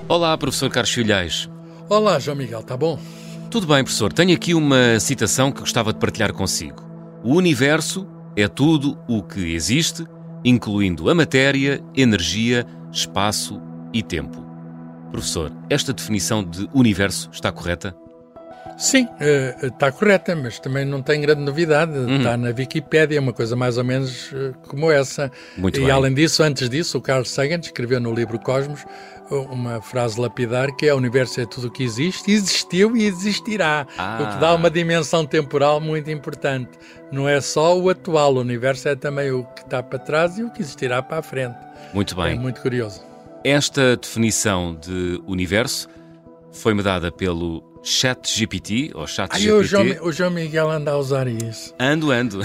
Olá, professor Carlos Filhais. Olá, João Miguel, está bom? Tudo bem, professor. Tenho aqui uma citação que gostava de partilhar consigo. O universo é tudo o que existe, incluindo a matéria, energia, espaço e tempo. Professor, esta definição de universo está correta? Sim, está correta, mas também não tem grande novidade. Está na Wikipédia, uma coisa mais ou menos como essa. Muito e bem. Além disso, antes disso, o Carl Sagan escreveu no livro Cosmos uma frase lapidar que é: o universo é tudo o que existe, existiu e existirá. O que dá uma dimensão temporal muito importante. Não é só o atual, o universo é também o que está para trás e o que existirá para a frente. Muito bem. É muito curioso. Esta definição de universo foi-me dada pelo ChatGPT, ou ChatGPT. O João Miguel anda a usar isso. Ando. Ando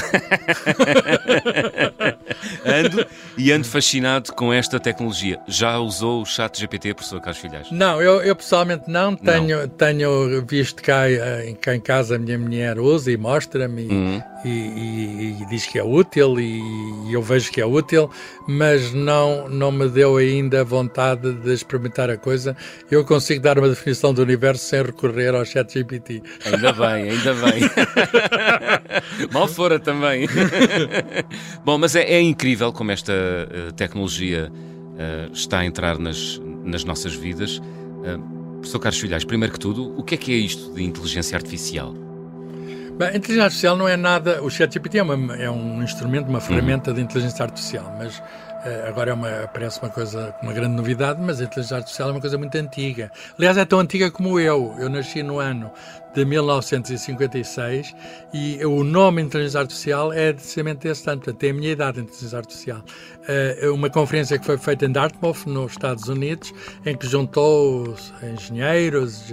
e ando fascinado com esta tecnologia. Já usou o ChatGPT, professor Carlos Filhais? Não, eu pessoalmente não. Tenho visto cá em casa a minha mulher usa e mostra-me e diz que é útil e eu vejo que é útil, mas não me deu ainda vontade de experimentar a coisa. Eu consigo dar uma definição do universo sem recorrer ao ChatGPT. Ainda bem. Mal fora também. Bom, mas é incrível como esta tecnologia está a entrar nas nossas vidas. Professor Carlos Filhais, primeiro que tudo, o que é isto de inteligência artificial? Bem, a inteligência artificial não é nada. O ChatGPT é um instrumento, uma ferramenta de inteligência artificial, mas agora parece uma coisa, uma grande novidade, mas a inteligência artificial é uma coisa muito antiga. Aliás, é tão antiga como eu. Eu nasci no ano de 1956 e o nome inteligência artificial é precisamente esse tanto, portanto, é a minha idade, inteligência artificial. Uma conferência que foi feita em Dartmouth, nos Estados Unidos, em que juntou engenheiros,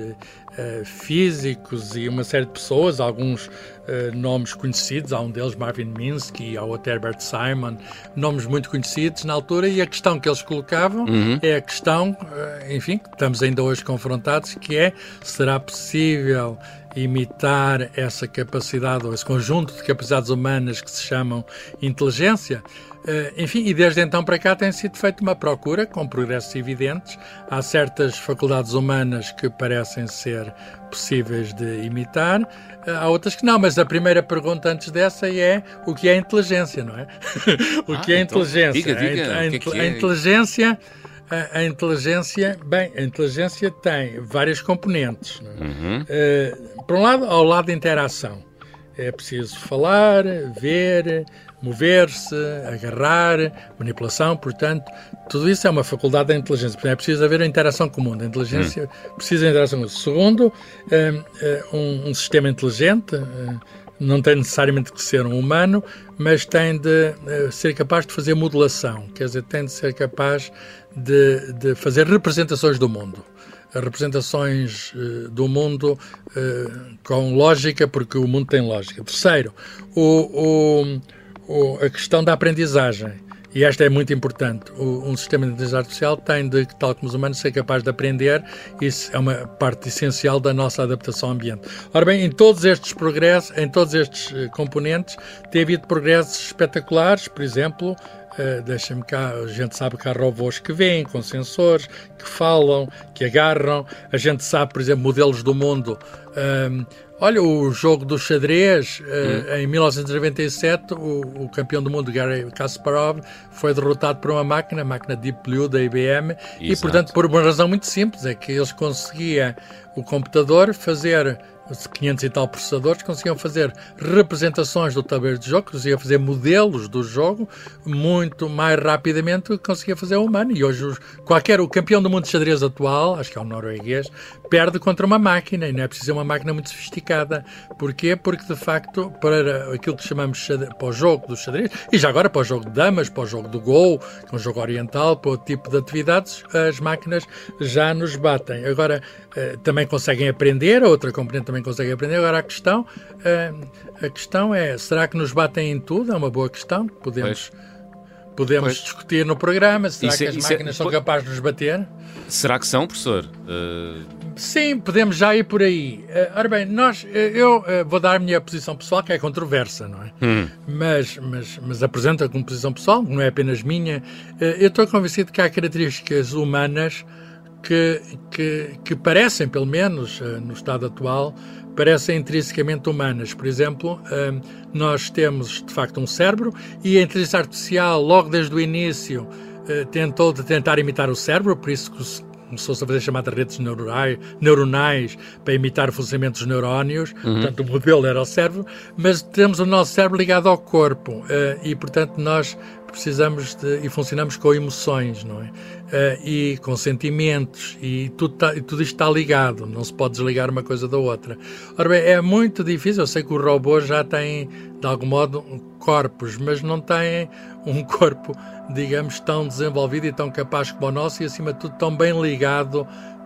físicos e uma série de pessoas, alguns nomes conhecidos, há um deles, Marvin Minsky, há outro Herbert Simon, nomes muito conhecidos na altura, e a questão que eles colocavam é a questão, enfim, que estamos ainda hoje confrontados, que é: será possível imitar essa capacidade, ou esse conjunto de capacidades humanas que se chamam inteligência? Enfim, e desde então para cá tem sido feita uma procura com progressos evidentes. Há certas faculdades humanas que parecem ser possíveis de imitar, há outras que não, mas a primeira pergunta antes dessa é: o que é inteligência, não é? O que é inteligência? Diga. A inteligência... A inteligência tem várias componentes. Não é? Por um lado, ao lado da interação. É preciso falar, ver, mover-se, agarrar, manipulação, portanto, tudo isso é uma faculdade da inteligência. É preciso haver a interação comum. A inteligência precisa de interação comum. Segundo, um sistema inteligente não tem necessariamente que ser um humano, mas tem de ser capaz de fazer modelação, quer dizer, tem de ser capaz de fazer representações do mundo. Representações do mundo com lógica, porque o mundo tem lógica. Terceiro, a questão da aprendizagem. E esta é muito importante. Um sistema de inteligência artificial tem de, tal como os humanos, ser capaz de aprender. Isso é uma parte essencial da nossa adaptação ao ambiente. Ora bem, em todos estes progressos, em todos estes componentes, tem havido progressos espetaculares. Por exemplo, deixa-me cá, a gente sabe que há robôs que veem, com sensores, que falam, que agarram. A gente sabe, por exemplo, modelos do mundo. Olha, o jogo do xadrez, em 1997, o campeão do mundo, Garry Kasparov, foi derrotado por uma máquina, a máquina Deep Blue da IBM, e, portanto, por uma razão muito simples, é que eles conseguiam, o computador, fazer... 500 e tal processadores conseguiam fazer representações do tabuleiro de jogo, conseguiam fazer modelos do jogo muito mais rapidamente do que conseguia fazer o humano. E hoje o campeão do mundo de xadrez atual, acho que é um norueguês, perde contra uma máquina, e não é preciso ser uma máquina muito sofisticada. Porquê? Porque, de facto, para aquilo que chamamos para o jogo do xadrez, e já agora para o jogo de damas, para o jogo do Go, que é um jogo oriental, para outro tipo de atividades, as máquinas já nos batem. Agora, também conseguem aprender, a outra componente também consegue aprender. Agora a questão é: será que nos batem em tudo? É uma boa questão. Podemos discutir no programa. Será que as máquinas são capazes de nos bater? Será que são, professor? Sim, podemos já ir por aí. Ora bem, eu vou dar a minha posição pessoal, que é controversa, não é? Mas apresenta como posição pessoal, não é apenas minha. Eu estou convencido que há características humanas que parecem, pelo menos no estado atual, parecem intrinsecamente humanas. Por exemplo, nós temos, de facto, um cérebro e a inteligência artificial, logo desde o início, tentou tentar imitar o cérebro, por isso que começou-se a fazer chamadas redes neuronais para imitar o funcionamento dos neurónios, portanto o modelo era o cérebro, mas temos o nosso cérebro ligado ao corpo e, portanto, nós precisamos e funcionamos com emoções, não é? E com sentimentos, e tudo isto está ligado, não se pode desligar uma coisa da outra. Ora bem, é muito difícil, eu sei que os robôs já têm, de algum modo, corpos, mas não têm um corpo, digamos, tão desenvolvido e tão capaz como o nosso e, acima de tudo, tão bem ligado,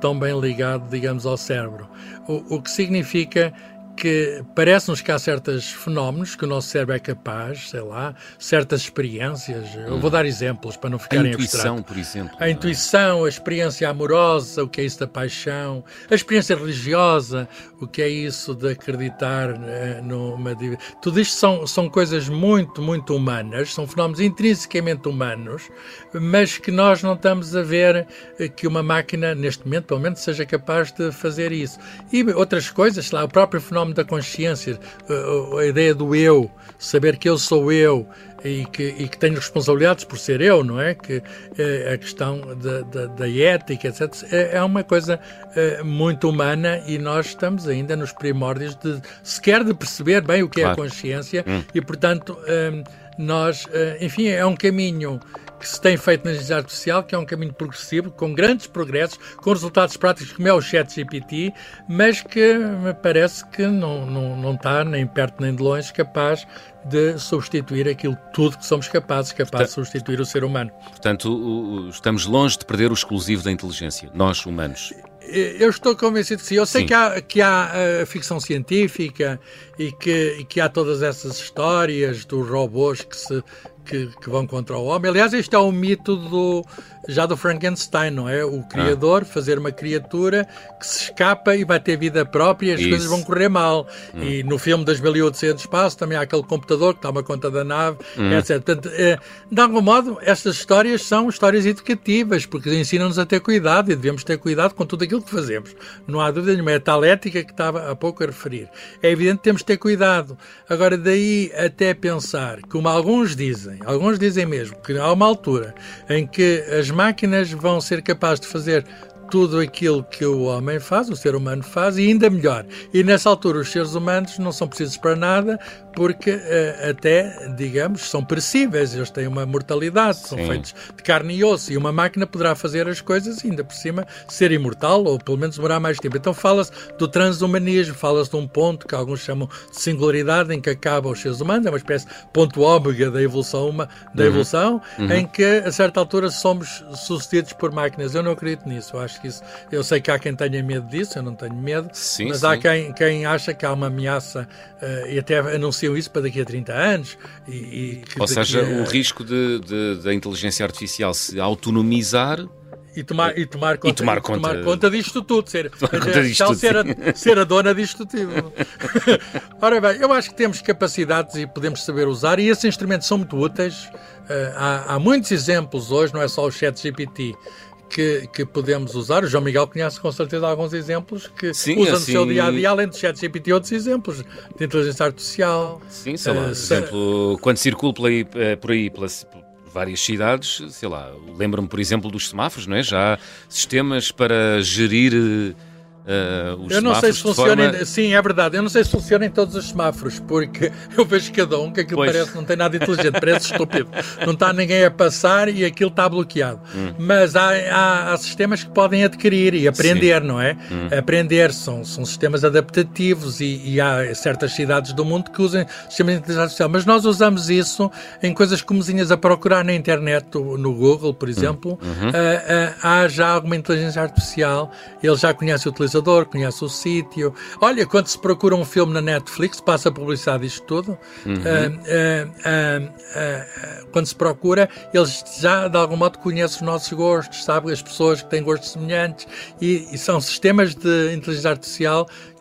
digamos, ao cérebro. O que significa que parece-nos que há certos fenómenos que o nosso cérebro é capaz, sei lá, certas experiências. Eu vou dar exemplos para não ficarem abstratos. A intuição, por exemplo. A intuição, a experiência amorosa, o que é isso da paixão, a experiência religiosa, o que é isso de acreditar numa... Tudo isto são coisas muito, muito humanas, são fenómenos intrinsecamente humanos, mas que nós não estamos a ver que uma máquina, neste momento, pelo menos, seja capaz de fazer isso. E outras coisas, sei lá, o próprio fenómeno da consciência, a ideia do eu, saber que eu sou eu e que tenho responsabilidades por ser eu, não é? Que a questão da ética, etc., é uma coisa muito humana e nós estamos ainda nos primórdios sequer de perceber bem o que é a consciência e, portanto, nós, enfim, é um caminho que se tem feito na inteligência artificial, que é um caminho progressivo, com grandes progressos, com resultados práticos como é o ChatGPT, mas que me parece que não está nem perto nem de longe capaz de substituir aquilo tudo que somos capazes de substituir o ser humano. Portanto, estamos longe de perder o exclusivo da inteligência, nós humanos. Eu estou convencido que sim. Eu sei que há a ficção científica e que há todas essas histórias dos robôs que vão contra o homem. Aliás, este é o mito do Frankenstein, não é? O criador fazer uma criatura que se escapa e vai ter vida própria e as coisas vão correr mal. E no filme 2001 do Espaço também há aquele computador que toma conta da nave, etc. Portanto, de algum modo, estas histórias são histórias educativas, porque ensinam-nos a ter cuidado e devemos ter cuidado com tudo aquilo que fazemos. Não há dúvida nenhuma. É tal ética que estava há pouco a referir. É evidente que temos de ter cuidado. Agora, daí até pensar, como alguns dizem mesmo, que há uma altura em que as máquinas vão ser capazes de fazer tudo aquilo que o homem faz, o ser humano faz, e ainda melhor. E nessa altura os seres humanos não são precisos para nada, porque até, digamos, são perecíveis, eles têm uma mortalidade, são feitos de carne e osso, e uma máquina poderá fazer as coisas e ainda por cima ser imortal, ou pelo menos demorar mais tempo. Então fala-se do transhumanismo, fala-se de um ponto que alguns chamam de singularidade, em que acaba os seres humanos, é uma espécie de ponto ômega da evolução, em que a certa altura somos sucedidos por máquinas. Eu não acredito nisso, eu sei que há quem tenha medo disso, eu não tenho medo, mas há quem acha que há uma ameaça e até anunciam isso para daqui a 30 anos. Ou seja, o risco da inteligência artificial se autonomizar e tomar conta disto tudo, ser a dona disto tudo. Ora bem, eu acho que temos capacidades e podemos saber usar, e esses instrumentos são muito úteis. Há muitos exemplos hoje, não é só o ChatGPT, que podemos usar. O João Miguel conhece com certeza alguns exemplos que usa no seu dia-a-dia, além do ChatGPT, outros exemplos de inteligência artificial. Sim, sei lá, por exemplo, quando circulo por aí pelas várias cidades, sei lá, lembro-me, por exemplo, dos semáforos, não é? Já há sistemas para gerir os eu não sei se funciona, forma... sim, é verdade, eu não sei se funciona em todos os semáforos, porque eu vejo cada um que aquilo parece que não tem nada inteligente, parece estúpido, não está ninguém a passar e aquilo está bloqueado. Mas há sistemas que podem adquirir e aprender, não é? Aprender, são sistemas adaptativos e há certas cidades do mundo que usam sistemas de inteligência artificial, mas nós usamos isso em coisas comezinhas, a procurar na internet, no Google, por exemplo. Há já alguma inteligência artificial, ele já conhece o utilizador, conhece o sítio. Olha, quando se procura um filme na Netflix, passa a publicidade disto tudo, quando se procura, eles já de algum modo conhecem os nossos gostos, sabem as pessoas que têm gostos semelhantes, e são sistemas de inteligência artificial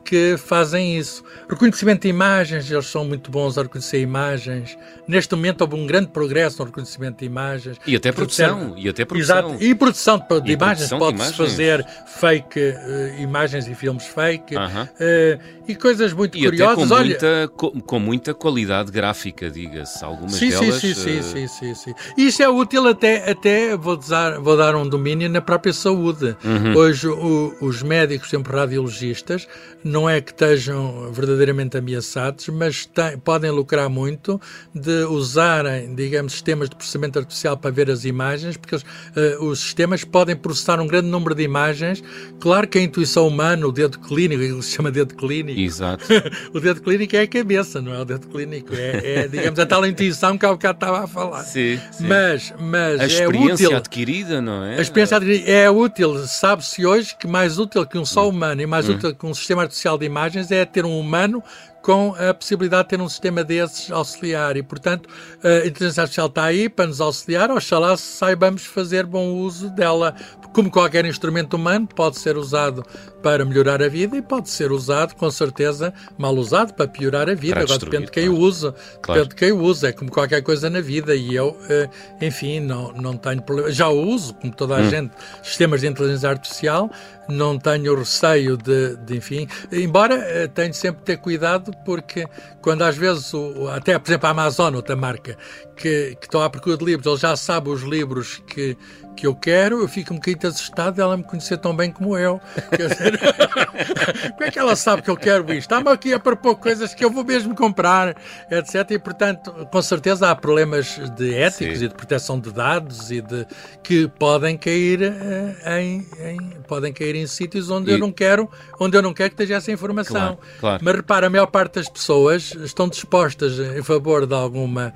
que fazem isso. Reconhecimento de imagens, eles são muito bons a reconhecer imagens. Neste momento houve um grande progresso no reconhecimento de imagens. E até produção. Exato. E produção de imagens. Pode-se fazer fake imagens e filmes fake. E coisas muito curiosas. Com muita qualidade gráfica, diga-se. Algumas sim, delas... Sim. E isso é útil até vou dar um domínio na própria saúde. Hoje os médicos, sempre radiologistas, não é que estejam verdadeiramente ameaçados, mas podem lucrar muito de usarem, digamos, sistemas de processamento artificial para ver as imagens, porque os sistemas podem processar um grande número de imagens. Claro que a intuição humana, o dedo clínico, ele se chama dedo clínico. Exato. O dedo clínico é a cabeça, não é o dedo clínico. Digamos, a tal intuição que há bocado estava a falar. Sim. Mas a experiência adquirida, não é? A experiência adquirida é útil. Sabe-se hoje que mais útil que um só humano e mais útil que um sistema artificial de imagens é ter um humano com a possibilidade de ter um sistema desses auxiliar. E, portanto, a inteligência artificial está aí para nos auxiliar, oxalá saibamos fazer bom uso dela. Como qualquer instrumento humano, pode ser usado para melhorar a vida e pode ser usado, com certeza, mal usado para piorar a vida. Agora depende de quem o usa. Depende de quem o usa. É como qualquer coisa na vida. E eu, enfim, não tenho problema. Já o uso, como toda a gente, sistemas de inteligência artificial. Não tenho receio enfim, embora tenho sempre de ter cuidado, porque quando às vezes, até por exemplo a Amazon, outra marca, que estão à procura de livros, ele já sabe os livros que eu quero, eu fico um bocadinho assustado dela me conhecer tão bem como eu. Quer dizer, como é que ela sabe que eu quero isto? Está-me aqui a propor coisas que eu vou mesmo comprar, etc. E, portanto, com certeza há problemas de éticos e de proteção de dados que podem cair em sítios onde eu não quero que esteja essa informação. Claro. Mas repara, a maior parte das pessoas estão dispostas em favor de alguma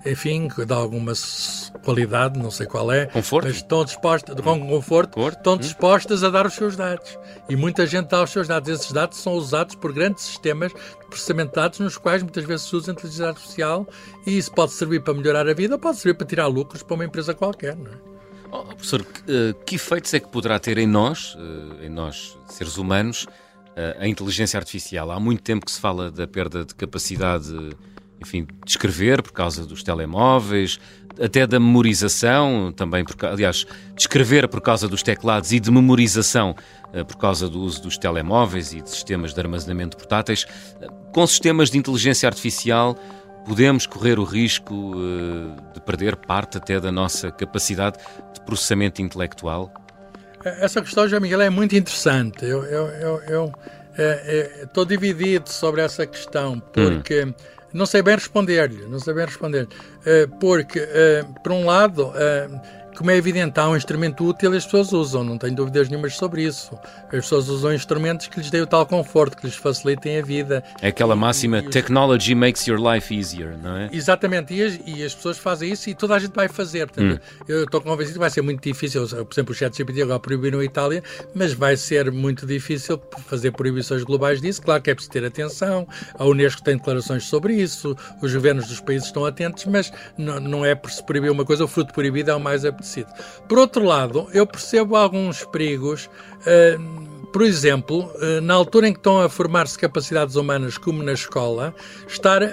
qualidade, não sei qual é, conforto. Mas estão dispostas, com conforto, estão dispostas a dar os seus dados. E muita gente dá os seus dados. Esses dados são usados por grandes sistemas de processamento de dados, nos quais muitas vezes se usa inteligência artificial, e isso pode servir para melhorar a vida ou pode servir para tirar lucros para uma empresa qualquer, não é? Professor, que efeitos é que poderá ter em nós, seres humanos, a inteligência artificial? Há muito tempo que se fala da perda de capacidade, enfim, de escrever por causa dos telemóveis, até da memorização, também, aliás, de escrever por causa dos teclados e de memorização por causa do uso dos telemóveis e de sistemas de armazenamento portáteis. Com sistemas de inteligência artificial, podemos correr o risco de perder parte até da nossa capacidade de processamento intelectual? Essa questão, João Miguel, é muito interessante. Eu estou dividido sobre essa questão, porque não sei bem responder-lhe. Porque, por um lado, como é evidente, há um instrumento útil e as pessoas usam, não tenho dúvidas nenhumas sobre isso. As pessoas usam instrumentos que lhes deem o tal conforto, que lhes facilitem a vida. É aquela máxima, technology makes your life easier, não é? Exatamente, e as pessoas fazem isso e toda a gente vai fazer. Eu estou convencido que vai ser muito difícil, por exemplo, o ChatGPT agora proibiram em Itália, mas vai ser muito difícil fazer proibições globais disso. Claro que é preciso ter atenção, a Unesco tem declarações sobre isso, os governos dos países estão atentos, mas não é por se proibir uma coisa, o fruto proibido é o mais apetecido. Por outro lado, eu percebo alguns perigos, por exemplo, na altura em que estão a formar-se capacidades humanas, como na escola, estar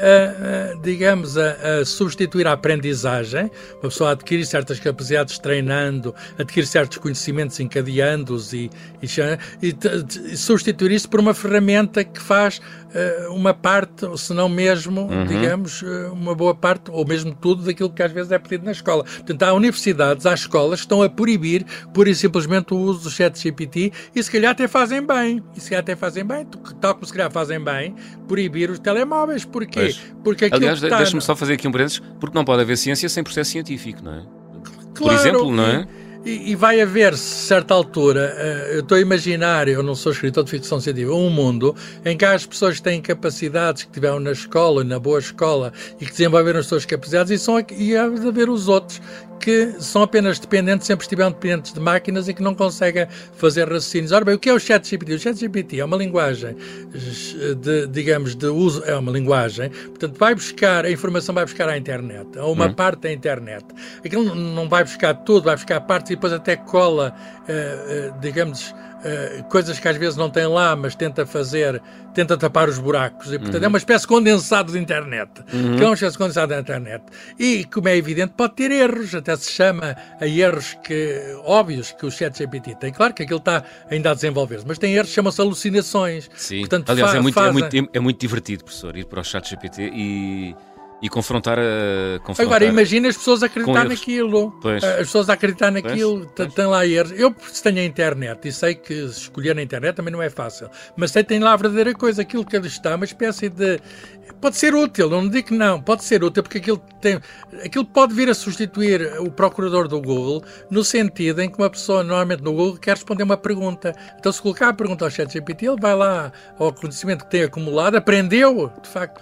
a substituir a aprendizagem, uma pessoa adquirir certas capacidades treinando, adquirir certos conhecimentos encadeando-os e substituir isso por uma ferramenta que faz uma parte, se não mesmo, digamos, uma boa parte, ou mesmo tudo daquilo que às vezes é pedido na escola. Portanto, há universidades, há escolas que estão a proibir, pura e simplesmente, o uso do ChatGPT e se calhar até fazem bem, tal como se calhar fazem bem, proibir os telemóveis. Porquê? Porque aliás, deixa-me só fazer aqui um parênteses, porque não pode haver ciência sem processo científico, não é? Claro, por exemplo, não é? E vai haver, certa altura, eu estou a imaginar, eu não sou escritor de ficção científica, um mundo em que há as pessoas que têm capacidades, que estiveram na escola, na boa escola, e que desenvolveram as suas capacidades, e há de haver os outros que são apenas dependentes, sempre estiveram dependentes de máquinas e que não conseguem fazer raciocínios. Ora bem, o que é o ChatGPT? O ChatGPT é uma linguagem de uso, é uma linguagem, portanto a informação vai buscar à internet, a uma parte da internet. Aquilo não vai buscar tudo, vai buscar partes e depois até cola, digamos, coisas que às vezes não tem lá, mas tenta tapar os buracos. E, portanto, é uma espécie de condensado de internet. Que é uma espécie de condensado da internet. E, como é evidente, pode ter erros. Até se chama a erros óbvios que o ChatGPT tem. Claro que aquilo está ainda a desenvolver-se, mas tem erros que chamam-se alucinações. Sim. Portanto, aliás, é muito divertido, professor, ir para o ChatGPT e confrontar. Agora, imagina as pessoas acreditar naquilo. Pois. As pessoas acreditar naquilo. Tem lá erros. Eu, se tenho a internet, e sei que escolher na internet também não é fácil, mas sei que tem lá a verdadeira coisa. Aquilo que ali está, uma espécie de... Pode ser útil, não digo que não. Pode ser útil, porque aquilo pode vir a substituir o procurador do Google, no sentido em que uma pessoa, normalmente no Google, quer responder uma pergunta. Então, se colocar a pergunta ao ChatGPT, ele vai lá ao conhecimento que tem acumulado, aprendeu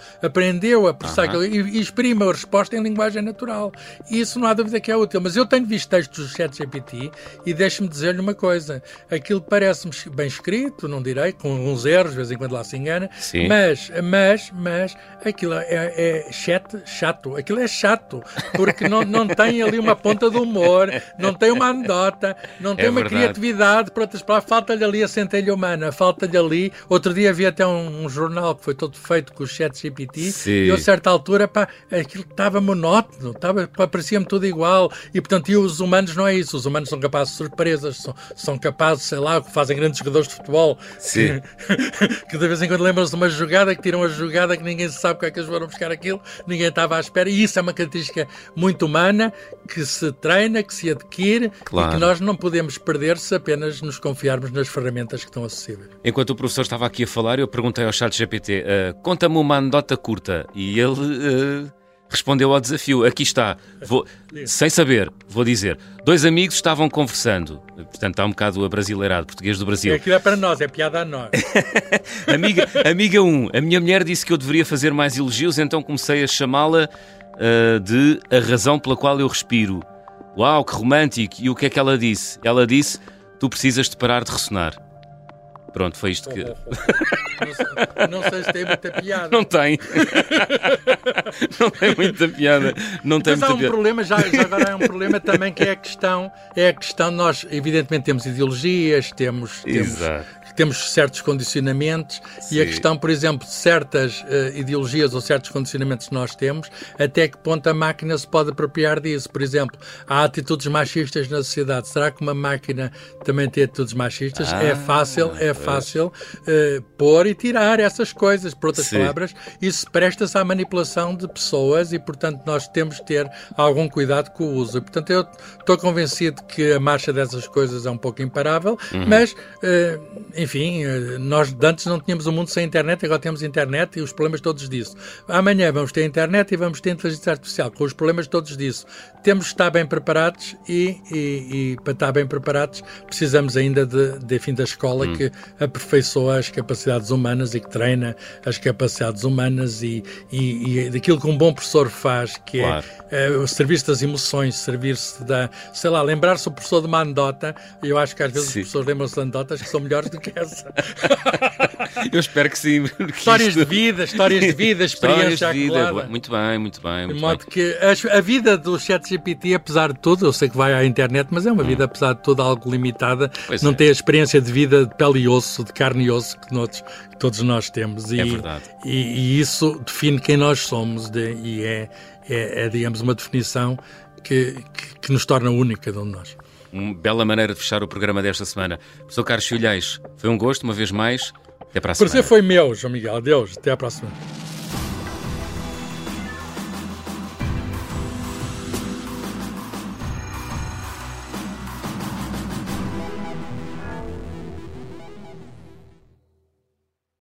a processar aquilo e exprime a resposta em linguagem natural. E isso não há dúvida que é útil. Mas eu tenho visto textos do ChatGPT e deixe-me dizer-lhe uma coisa. Aquilo parece-me bem escrito, não direi, com uns erros, de vez em quando lá se engana, sim. mas aquilo é chato. Aquilo é chato, porque não tem ali uma ponta de humor, não tem uma anedota, não tem uma criatividade, por outras palavras, falta-lhe ali a centelha humana, falta-lhe ali. Outro dia havia até um jornal que foi todo feito com o ChatGPT e a certa altura, aquilo estava monótono, parecia-me tudo igual, e portanto, os humanos não é isso, os humanos são capazes de surpresas, são capazes, sei lá, que fazem grandes jogadores de futebol, que de vez em quando lembram-se de uma jogada, que tiram a jogada, que ninguém sabe porque é que eles foram buscar aquilo, ninguém estava à espera, e isso é uma característica muito humana, que se treina, que se adquire, e que nós não podemos perder se apenas nos confiarmos nas ferramentas que estão acessíveis. Enquanto o professor estava aqui a falar, eu perguntei ao ChatGPT, conta-me uma anedota curta, e ele respondeu ao desafio. Aqui está, sem saber, vou dizer. 2 amigos estavam conversando, portanto está um bocado abrasileirado, português do Brasil. Aquilo é para nós, é piada a nós. Amiga 1, a minha mulher disse que eu deveria fazer mais elogios, então comecei a chamá-la de a razão pela qual eu respiro. Uau, que romântico! E o que é que ela disse? Ela disse, tu precisas de parar de ressonar. Pronto, foi isto que... Não sei se tem muita piada. Não tem. Não tem muita piada. Mas há um problema, já agora é um problema também, que é a questão, nós evidentemente temos ideologias, temos certos condicionamentos. Sim. E a questão, por exemplo, de certas ideologias ou certos condicionamentos que nós temos, até que ponto a máquina se pode apropriar disso. Por exemplo, há atitudes machistas na sociedade. Será que uma máquina também tem atitudes machistas? É fácil pôr e tirar essas coisas. Por outras palavras, isso presta-se à manipulação de pessoas e, portanto, nós temos de ter algum cuidado com o uso. E, portanto, eu estou convencido que a marcha dessas coisas é um pouco imparável, mas, enfim, nós antes não tínhamos um mundo sem internet, agora temos internet e os problemas todos disso. Amanhã vamos ter internet e vamos ter inteligência artificial, com os problemas todos disso. Temos de estar bem preparados e para estar bem preparados precisamos ainda de fim da escola que aperfeiçoa as capacidades humanas e que treina as capacidades humanas e daquilo que um bom professor faz, que é o serviço das emoções, servir-se lembrar-se o professor de uma anedota. Eu acho que às vezes os professores lembram-se de anedotas que são melhores do que essa. Eu espero que sim. Histórias de vida, experiência acumulada. Muito bem. De modo que a vida do ChatGPT, apesar de tudo, eu sei que vai à internet, mas é uma vida, apesar de tudo, algo limitada. Não tem a experiência de vida de pele e osso, de carne e osso que todos nós temos. É verdade. E isso define quem nós somos e é, digamos, uma definição que nos torna única, cada um de nós. Uma bela maneira de fechar o programa desta semana. Professor Carlos Filhais, foi um gosto, uma vez mais. Até para a semana. O prazer foi meu, João Miguel. Adeus, até à próxima.